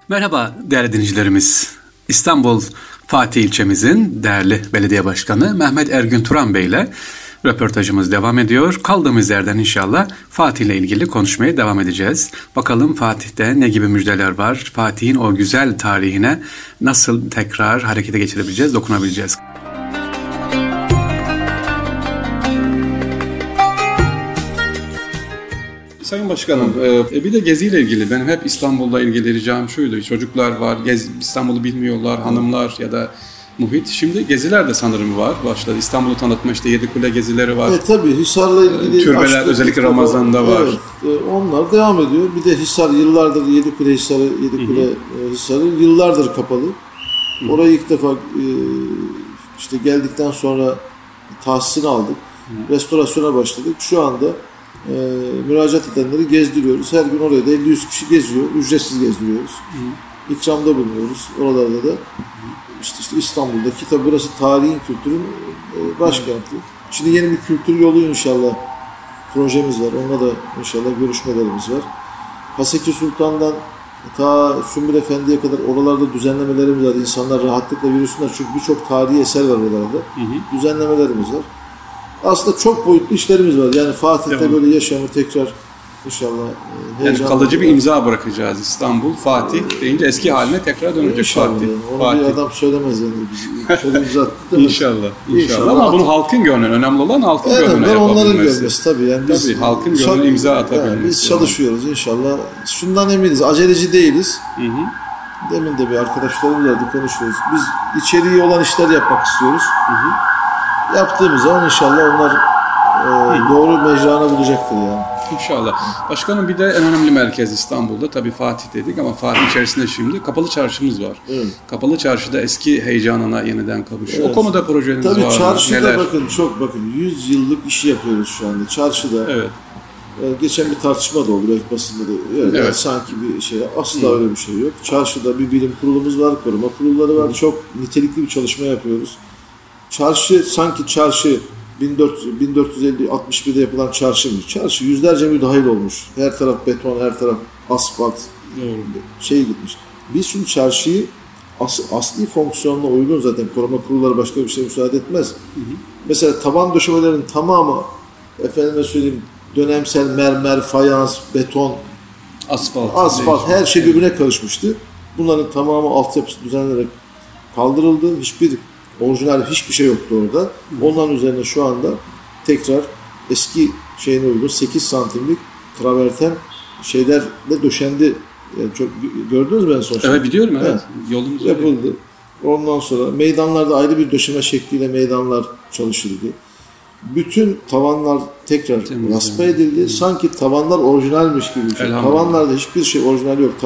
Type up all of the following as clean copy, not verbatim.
Merhaba değerli dinleyicilerimiz. İstanbul Fatih ilçemizin değerli belediye başkanı Mehmet Ergün Turan Bey ile röportajımız devam ediyor. Kaldığımız yerden inşallah Fatih ile ilgili konuşmaya devam edeceğiz. Bakalım Fatih'te ne gibi müjdeler var? Fatih'in o güzel tarihine nasıl tekrar harekete geçirebileceğiz, dokunabileceğiz? Sayın Başkanım, bir de geziyle ilgili benim hep İstanbul'la ilgili ricam şuydu. Çocuklar var, İstanbul'u bilmiyorlar, hanımlar ya da muhit. Şimdi geziler de sanırım var. Başladı. İstanbul'u tanıtma işte Yedikule gezileri var. Tabii Hisar'la ilgili. Türbeler özellikle Ramazan'da var. Evet, onlar devam ediyor. Bir de Hisar yıllardır Yedikule Hisarı yıllardır kapalı. Orayı ilk defa işte geldikten sonra tahsisini aldık. Restorasyona başladık. Şu anda müracaat edenleri gezdiriyoruz. Her gün oraya da 50-100 kişi geziyor. Ücretsiz gezdiriyoruz. İkramda bulunuyoruz. Oralarda da işte İstanbul'daki tabi burası tarihin, kültürün başkenti. Şimdi yeni bir kültür yolu inşallah projemiz var. Onunla da inşallah görüşmelerimiz var. Haseki Sultan'dan ta Sümbül Efendi'ye kadar oralarda düzenlemelerimiz var. İnsanlar rahatlıkla yürüsünler. Çünkü birçok tarihi eser var oralarda. Düzenlemelerimiz var. Aslında çok boyutlu işlerimiz var. Yani Fatih'te böyle yaşamı tekrar inşallah yani kalıcı bir imza bırakacağız. İstanbul, Fatih deyince eski haline tekrar dönecek İnşallah Fatih. Yani. Onu Fatih. Bir adam söylemez yani. Şöyle imza attık İnşallah. Ama bunun halkın gönlünü, önemli olan halkın gönlüne yapabilmesi. Onların görmesi tabii. Yani tabii halkın gönlüne imza atabilmesi. Yani biz çalışıyoruz inşallah. Şundan eminiz, aceleci değiliz. Demin de bir arkadaşlarımız vardı, konuşuyoruz. Biz içeriği olan işler yapmak istiyoruz. Yaptığımız zaman inşallah onlar doğru mecrana bulacaktır yani. İnşallah. Başkanım bir de en önemli merkez İstanbul'da. Tabii Fatih dedik ama Fatih içerisinde şimdi Kapalı Çarşımız var. Evet. Kapalı Çarşı'da eski heyecanına yeniden kavuşuyor. Evet. O konuda projeniz var mı? Tabii çarşıda bakın 100 yıllık işi yapıyoruz şu anda. Çarşıda geçen bir tartışma da oldu belki basında da. Evet. Sanki bir şey asla öyle bir şey yok. Çarşıda bir bilim kurulumuz var, koruma kurulları var. Çok nitelikli bir çalışma yapıyoruz. Sanki çarşı 1450-61'de yapılan çarşı mı? Çarşı yüzlerce müdahil olmuş. Her taraf beton, her taraf asfalt. Gitmiş. Biz şimdi çarşıyı asli fonksiyonuna uygun zaten koruma kurulları başka bir şey müsaade etmez. Mesela taban döşemelerin tamamı efendime söyleyeyim dönemsel mermer, fayans, beton, asfalt her şey birbirine karışmıştı. Bunların tamamı altyapısı düzenlenerek kaldırıldı. Orijinal hiçbir şey yoktu orada. Onların üzerine şu anda tekrar eski şeyine uygun 8 santimlik traverten şeylerle döşendi. Yani çok gördünüz mü en son? Evet biliyorum evet. Yolumuz yapıldı. Ondan sonra meydanlarda ayrı bir döşeme şekliyle meydanlar çalışıldı. Bütün tavanlar tekrar raspa edildi. Sanki tavanlar orijinalmiş gibi. Tavanlarda hiçbir şey orijinal yok.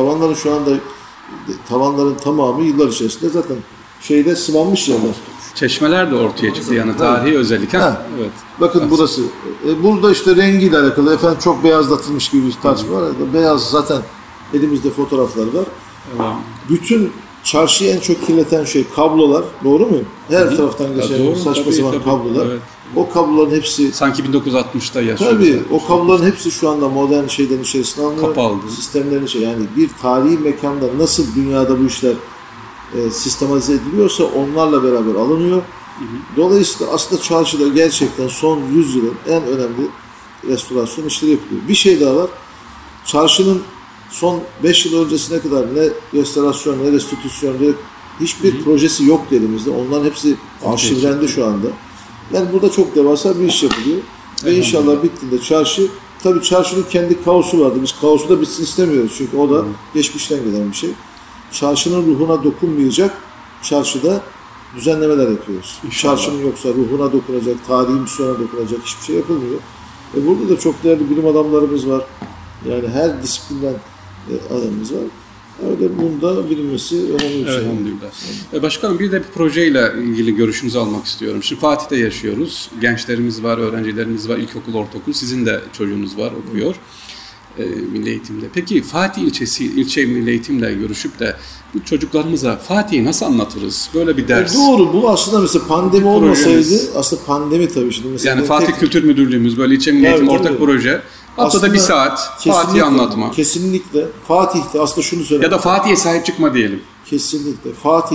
Tavanların tamamı yıllar içerisinde zaten sıvanmış yerler. Çeşmeler de ortaya çıktı yani tarihi özellik. Evet. Bakın burası. Burada işte rengiyle alakalı çok beyazlatılmış gibi bir tartışma var. Beyaz zaten elimizde fotoğraflar var. Evet. Bütün çarşıyı en çok kirleten şey kablolar. Doğru mu? Her taraftan geçen saçma sapan kablolar. Evet. O kabloların hepsi sanki 1960'ta yaşıyor. Tabii o kabloların hepsi şu anda modern şeylerin içerisinde alınıyor. Kapalı. Sistemlerin yani bir tarihi mekanda nasıl dünyada bu işler sistematize ediliyorsa onlarla beraber alınıyor. Dolayısıyla aslında çarşıda gerçekten son 100 yılın en önemli restorasyon işleri yapılıyor. Bir şey daha var. Çarşının son 5 yıl öncesine kadar ne restorasyon ne restitüsyon hiçbir projesi yoktu elimizde. Onların hepsi arşivlendi şu anda. Yani burada çok devasa bir iş yapılıyor. Ve inşallah bittiğinde tabii çarşının kendi kaosu vardı. Biz kaosu da bitsin istemiyoruz. Çünkü o da geçmişten gelen bir şey. Çarşının ruhuna dokunmayacak, çarşıda düzenlemeler yapıyoruz. İnşallah. Çarşının yoksa ruhuna dokunacak, tarihi misyona dokunacak hiçbir şey yapılmıyor. Burada da çok değerli bilim adamlarımız var. Yani her disiplinden adamımız var. Öyle bunda bilinmesi önemli bir şey. Başkanım bir de bir projeyle ilgili görüşünüzü almak istiyorum. Şimdi Fatih'te yaşıyoruz. Gençlerimiz var, öğrencilerimiz var, ilkokul, ortaokul. Sizin de çocuğunuz var, okuyor. Milli Eğitim'de. Peki Fatih ilçe Milli Eğitim'le görüşüp de bu çocuklarımıza Fatih'i nasıl anlatırız? Böyle bir ders. Doğru. Bu aslında mesela pandemi olmasaydı, aslında pandemi tabii şimdi mesela. Yani Fatih Kültür Müdürlüğümüz böyle ilçe Milli Eğitim ortak proje. Haftada bir saat Fatih'i anlatma. Kesinlikle. Fatih'te aslında şunu söyleyeyim. Ya da Fatih'e sahip çıkma diyelim. Kesinlikle.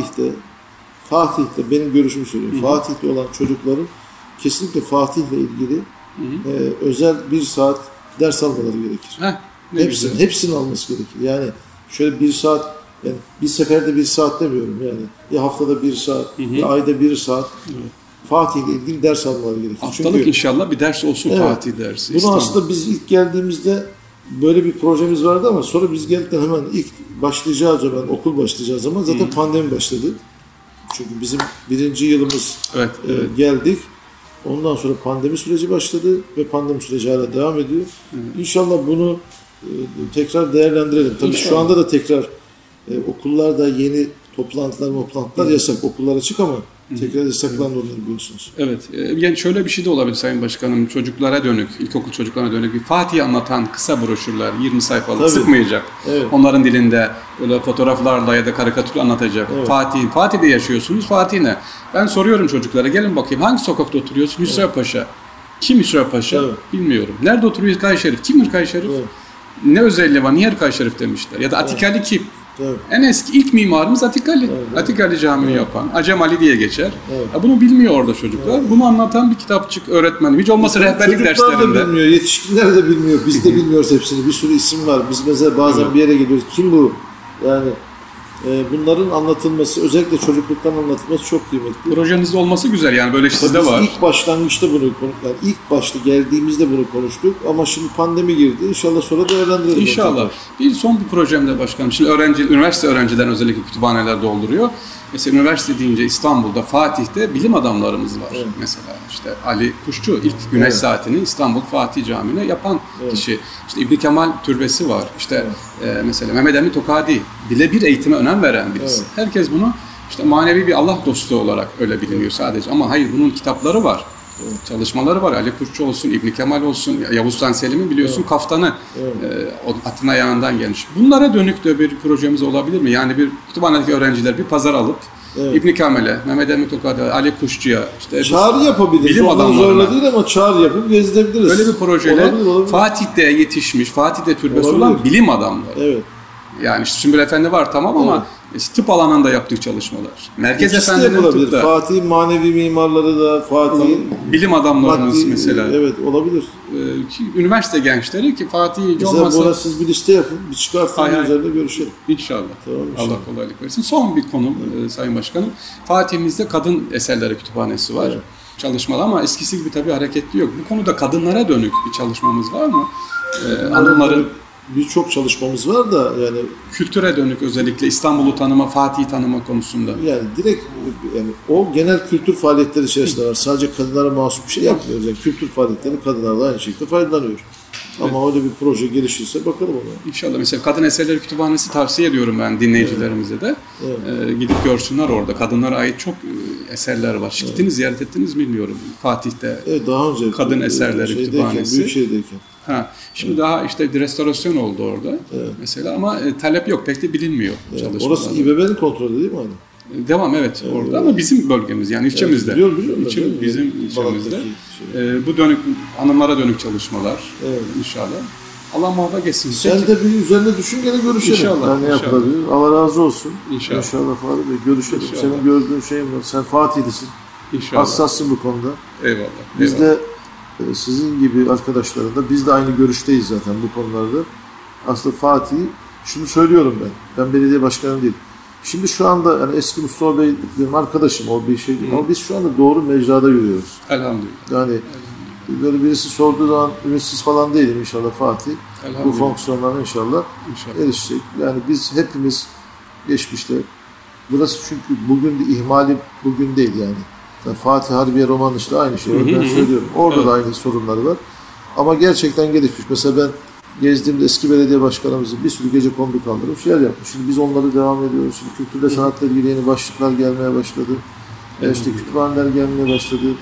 Fatih'te benim görüşümü söylüyorum. Fatih'te olan çocukların kesinlikle Fatih'le ilgili özel bir saat ders almaları gerekir. Hepsini alması gerekir. Yani şöyle bir saat, yani bir seferde bir saat demiyorum yani. Ya haftada bir saat, ya ayda bir saat Fatih'le ilgili ders almaları gerekir. Haftalık çünkü, inşallah bir ders olsun Fatih dersi. Bunu aslında biz ilk geldiğimizde böyle bir projemiz vardı ama sonra biz geldikten hemen ilk başlayacağı zaman, okul başlayacağı zaman zaten pandemi başladı. Çünkü bizim 1. yılımız geldik. Ondan sonra pandemi süreci başladı ve pandemi süreci hala devam ediyor. İnşallah bunu tekrar değerlendirelim. Tabii şu anda da tekrar okullarda yeni toplantılar yasak. Okullar açık ama tekrar yasaklandı onları biliyorsunuz. Evet. Yani şöyle bir şey de olabilir Sayın Başkanım. Çocuklara dönük, ilkokul çocuklarına dönük bir Fatih'i anlatan kısa broşürler, 20 sayfalık sıkmayacak. Evet. Onların dilinde öyle fotoğraflarla ya da karikatür anlatacak. Evet. Fatih'de yaşıyorsunuz. Fatih ne? Ben soruyorum çocuklara, gelin bakayım hangi sokakta oturuyorsun? Hüsrev Paşa. Kim Hüsrev Paşa? Evet. Bilmiyorum. Nerede oturuyor İlkay Şerif? Kim İlkay Şerif? Evet. Ne özelliği var? Niye İlkay Şerif demişler? Ya da Atikali kim? Evet. En eski ilk mimarımız Atikali. Evet. Atikali Camii'ni yapan. Acem Ali diye geçer. Evet. Bunu bilmiyor orada çocuklar. Evet. Bunu anlatan bir kitapçık öğretmeni. Hiç olmazsa rehberlik derslerinde. Çocuklar da bilmiyor, yetişkinler de bilmiyor. Biz de bilmiyoruz hepsini. Bir sürü isim var. Biz mesela bazen bir yere gidiyoruz. Kim bu? Yani bunların anlatılması, özellikle çocukluktan anlatılması çok kıymetli. Projenizde olması güzel yani böyle sizde var. İlk başlangıçta bunu yani ilk başta geldiğimizde bunu konuştuk ama şimdi pandemi girdi. İnşallah sonra değerlendirelim. İnşallah. Son bir projemde başkanım. Şimdi üniversite öğrencilerin özellikle kütüphaneler dolduruyor. Mesela üniversite deyince İstanbul'da, Fatih'te bilim adamlarımız var. Evet. Mesela işte Ali Kuşçu ilk güneş saatini İstanbul Fatih Camii'ne yapan kişi. İşte İbn Kemal Türbesi var. İşte mesela Mehmet Emin Tokadi birebir eğitime önem veren birisi. Evet. Herkes bunu işte manevi bir Allah dostu olarak öyle biliniyor sadece. Ama hayır, bunun kitapları var. Evet. Çalışmaları var. Ali Kuşçu olsun, İbn Kemal olsun, Yavuz Sultan Selim'in biliyorsun kaftanı atın ayağından gelmiş. Bunlara dönük de bir projemiz olabilir mi? Yani bir kütüphanedeki öğrenciler bir pazar alıp İbn Kemal'e, Mehmet Emin Tokadi, Ali Kuşçu'ya işte çağrı yapabiliriz. Bilim adamlarına. Zorla değil ama çağrı yapıp gezdirebiliriz. Böyle bir projeyle olabilir. Fatih'te yetişmiş, Fatih'te türbesi olan bilim adamları. Evet. Yani işte Sümbül Efendi var tamam ama tıp alanında yaptığı çalışmalar. Merkez Efendi'nin tıpta. Fatih'in manevi mimarları da, Fatih'in bilim adamlarımız mesela. Evet, olabilir. Üniversite gençleri ki Fatih'i hiç olmazsa... Mesela buna siz bir liste yapın, bir çıkartın, üzerinde görüşelim. İnşallah. Tamam, Allah kolaylık versin. Son bir konu Sayın Başkanım. Fatih'imizde kadın eserleri kütüphanesi var. Evet. Çalışmalar ama eskisi gibi tabii hareketli yok. Bu konuda kadınlara dönük bir çalışmamız var mı? Hanımların... Birçok çalışmamız var da yani kültüre dönük özellikle İstanbul'u tanıma, Fatih'i tanıma konusunda. Yani direkt yani o genel kültür faaliyetleri içerisinde var. Sadece kadınlara mahsus bir şey yapmıyoruz. Yani kültür faaliyetleri kadınlar da aynı şekilde faydalanıyor. Ama öyle bir proje gelişirse bakalım ona. İnşallah. Mesela Kadın Eserleri Kütüphanesi tavsiye ediyorum ben dinleyicilerimize de. Evet. Gidip görsünler orada. Kadınlara ait çok eserler var. Gittiniz, ziyaret ettiniz mi bilmiyorum. Fatih'te daha önce Kadın Eserleri Kütüphanesi. Büyükşehir'deyken. Şimdi daha işte bir restorasyon oldu orada mesela ama talep yok. Pek de bilinmiyor çalışmalar. Orası İBB'nin kontrolü değil mi hani? Devam orada ama bizim bölgemiz yani ilçemizde. Biliyorum. Bizim ilçemizde. Bu dönük hanımlara dönük çalışmalar inşallah. Allah muvaffak etsin. Sen de bir üzerine düşün gene görüşelim. İnşallah. Ne yapılabilir? Allah razı olsun. İnşallah Fatih Bey görüşelim. İnşallah. Senin gördüğün şey var. Sen Fatih'lisin. İnşallah. Hassassın bu konuda. Eyvallah. Biz de sizin gibi arkadaşların da biz de aynı görüşteyiz zaten bu konularda. Aslında Fatih, şunu söylüyorum ben belediye başkanı değilim. Şimdi şu anda yani eski Mustafa Bey benim arkadaşım, o bir şey değil ama biz şu anda doğru mecrada yürüyoruz. Elhamdülillah. Yani böyle birisi sorduğu zaman ümitsiz falan değilim inşallah Fatih. Bu fonksiyonlara inşallah erişecek. Yani biz hepimiz geçmişte, burası çünkü bugün de ihmali bugün değil yani. Fatih Harbiye Roman işte aynı şey. Ben söylüyorum. Orada da aynı sorunları var. Ama gerçekten gelişmiş. Mesela ben gezdiğimde eski belediye başkanımızın bir sürü gece kondu kaldırıp yer yapmış. Şimdi biz onları devam ediyoruz. Şimdi kültürle sanatla ilgili yeni başlıklar gelmeye başladı. İşte kütüphaneler gelmeye başladı.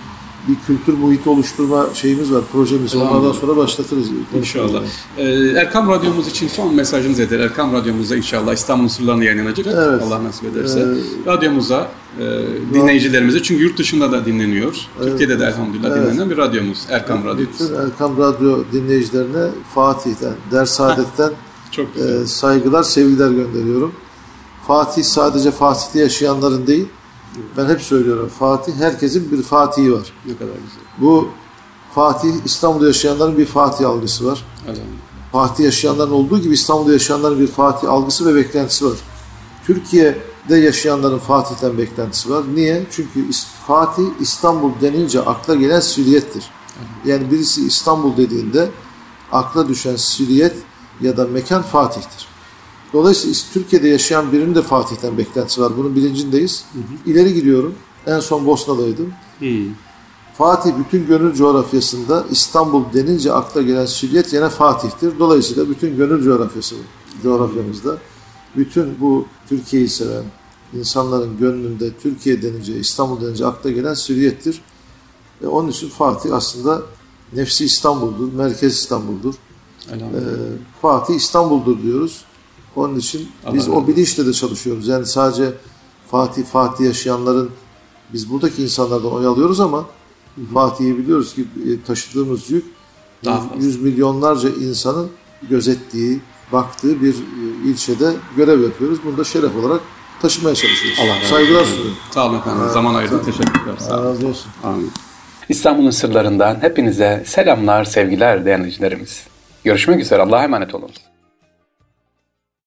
bir kültür muhiti oluşturma şeyimiz var, projemiz. Onlardan sonra başlatırız. İnşallah. Erkam Radyomuz için son mesajınız nedir? Erkam Radyomuzda inşallah İstanbul Sırları'nda yayınlanacak. Evet. Allah nasip ederse. Radyomuza, dinleyicilerimize, çünkü yurt dışında da dinleniyor. Evet. Türkiye'de de elhamdülillah dinlenen bir radyomuz. Erkam Radyomuz. Bütün Erkam Radyo dinleyicilerine Fatih'ten, Dersaadet'ten saygılar, sevgiler gönderiyorum. Fatih sadece Fatih'te yaşayanların değil, ben hep söylüyorum, Fatih, herkesin bir Fatih'i var. Ne kadar güzel. Bu Fatih, İstanbul'da yaşayanların bir Fatih algısı var. Fatih yaşayanların olduğu gibi İstanbul'da yaşayanların bir Fatih algısı ve beklentisi var. Türkiye'de yaşayanların Fatih'ten beklentisi var. Niye? Çünkü Fatih, İstanbul denince akla gelen silüettir. Yani birisi İstanbul dediğinde akla düşen silüet ya da mekan Fatih'tir. Dolayısıyla Türkiye'de yaşayan birinin de Fatih'ten beklentisi var. Bunun bilincindeyiz. İleri gidiyorum. En son Bosna'daydım. Fatih bütün gönül coğrafyasında İstanbul denince akla gelen silüet yine Fatih'tir. Dolayısıyla bütün gönül coğrafyamızda bütün bu Türkiye'yi seven insanların gönlünde Türkiye denince, İstanbul denince akla gelen silüettir. Onun için Fatih aslında nefsi İstanbul'dur, merkez İstanbul'dur. Fatih İstanbul'dur diyoruz. Onun için biz o bilinçle de çalışıyoruz. Yani sadece Fatih yaşayanların, biz buradaki insanlardan oy alıyoruz ama Fatih'i biliyoruz ki taşıdığımız yük yüz milyonlarca insanın gözettiği, baktığı bir ilçede görev yapıyoruz. Bunu da şeref olarak taşımaya çalışıyoruz. Saygılar sunuyorum. Sağ olun efendim. Zaman ayırdınız. Teşekkürler. Sağ olun. Razı olsun. Amin. İstanbul'un sırlarından hepinize selamlar, sevgiler değerli dinleyicilerimiz. Görüşmek üzere. Allah'a emanet olun.